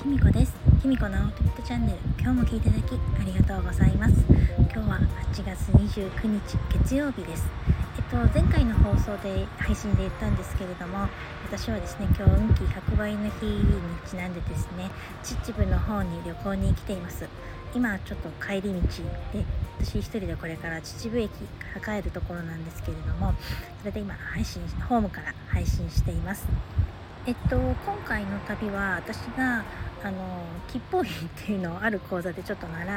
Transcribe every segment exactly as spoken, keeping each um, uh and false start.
きみこです。きみこのアウトプットチャンネル、今日も聞いていただきありがとうございます。今日ははちがつにじゅうくにち月曜日です。えっと前回の放送で配信で言ったんですけれども、私はですね今日運気ひゃくばいの日にちなんでですね秩父の方に旅行に来ています。今ちょっと帰り道で、私一人でこれから秩父駅から帰るところなんですけれども、それで今配信ホームから配信しています。えっと今回の旅は私があの吉報院っていうのをある講座でちょっと習って、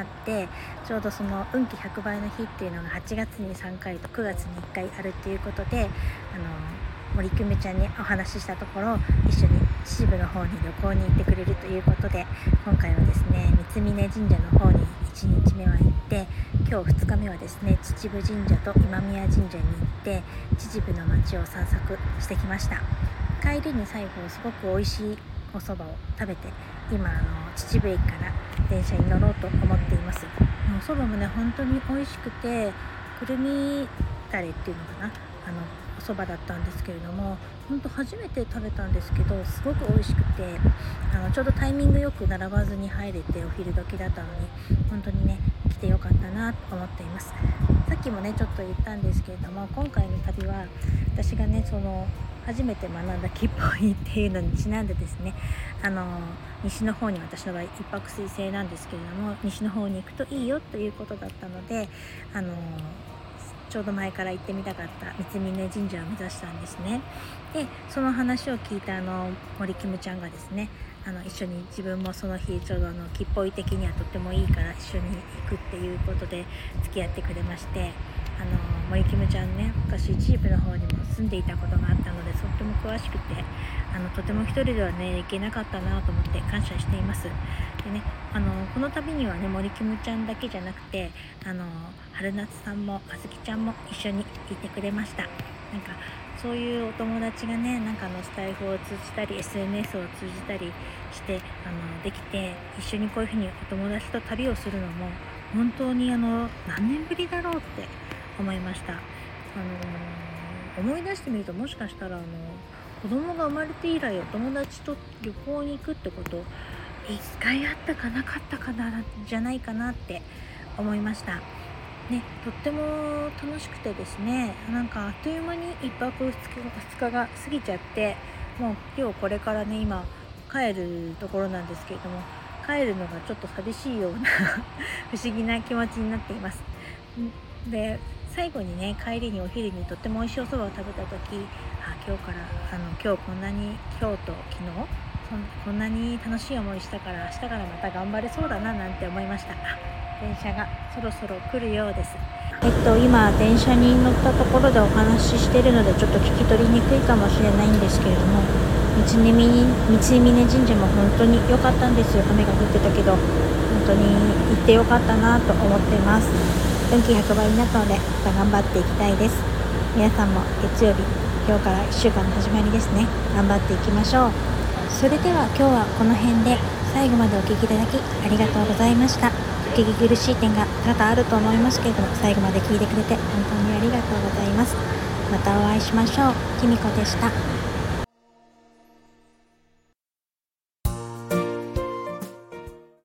ちょうどその運気ひゃくばいの日っていうのがはちがつにさんかいとくがつにいっかいあるっていうことで、あの森久美ちゃんにお話ししたところ、一緒に秩父の方に旅行に行ってくれるということで、今回はですね三峯神社の方にいちにちめは行って、今日ふつかめはですね秩父神社と今宮神社に行って秩父の街を散策してきました。帰りに最後すごく美味しいお蕎麦を食べて、今あの秩父駅から電車に乗ろうと思っています。お蕎麦もね本当に美味しくて、くるみだれっていうのかな、あのお蕎麦だったんですけれども、本当初めて食べたんですけどすごく美味しくて、あのちょうどタイミングよく並ばずに入れて、お昼時だったのに本当にね来てよかったなと思っています。さっきもねちょっと言ったんですけれども、今回の旅は私がねその初めて学んだ吉報院っていうのにちなんでですね、あの西の方に、私の場合一泊水星なんですけれども、西の方に行くといいよということだったので、あのちょうど前から行ってみたかった三峯神社を目指したんですね。でその話を聞いたあの森キムちゃんがですね、あの一緒に、自分もその日ちょうどあの吉報院的にはとってもいいから一緒に行くっていうことで付き合ってくれまして、あの森キムちゃんね、昔秩父の方にも住んでいたことがあったので、とっても詳しくて、あのとても一人ではね行けなかったなと思って感謝しています。でね、あのこの旅にはね森キムちゃんだけじゃなくて、あの春夏さんもあずきちゃんも一緒にいてくれました。なんかそういうお友達がね、なんかあのスタイフを通じたり エスエヌエス を通じたりしてあのできて、一緒にこういうふうにお友達と旅をするのも本当にあの何年ぶりだろうって思いました。あのー、思い出してみると、もしかしたらあの子供が生まれて以来お友達と旅行に行くってこといっかいあったかなかったかなじゃないかなって思いましたね。とっても楽しくてですね、なんかあっという間にいっぱくふつかが過ぎちゃって、もう今日これからね今帰るところなんですけれども、帰るのがちょっと寂しいような不思議な気持ちになっています。で最後にね帰りにお昼にとっても美味しいお蕎麦を食べた時、あ今日からあの今日こんなに今日と昨日こんなに楽しい思いしたから、明日からまた頑張れそうだななんて思いました。電車がそろそろ来るようです。えっと今電車に乗ったところでお話ししているのでちょっと聞き取りにくいかもしれないんですけれども、三峯三峯神社も本当に良かったんですよ。雨が降ってたけど本当に行って良かったなと思っています。運気ひゃくばいになったのでまた頑張っていきたいです。皆さんも月曜日、今日からいっしゅうかんの始まりですね。頑張っていきましょう。それでは今日はこの辺で、最後までお聞きいただきありがとうございました。お聞き苦しい点が多々あると思いますけれども、最後まで聞いてくれて本当にありがとうございます。またお会いしましょう。きみこでした。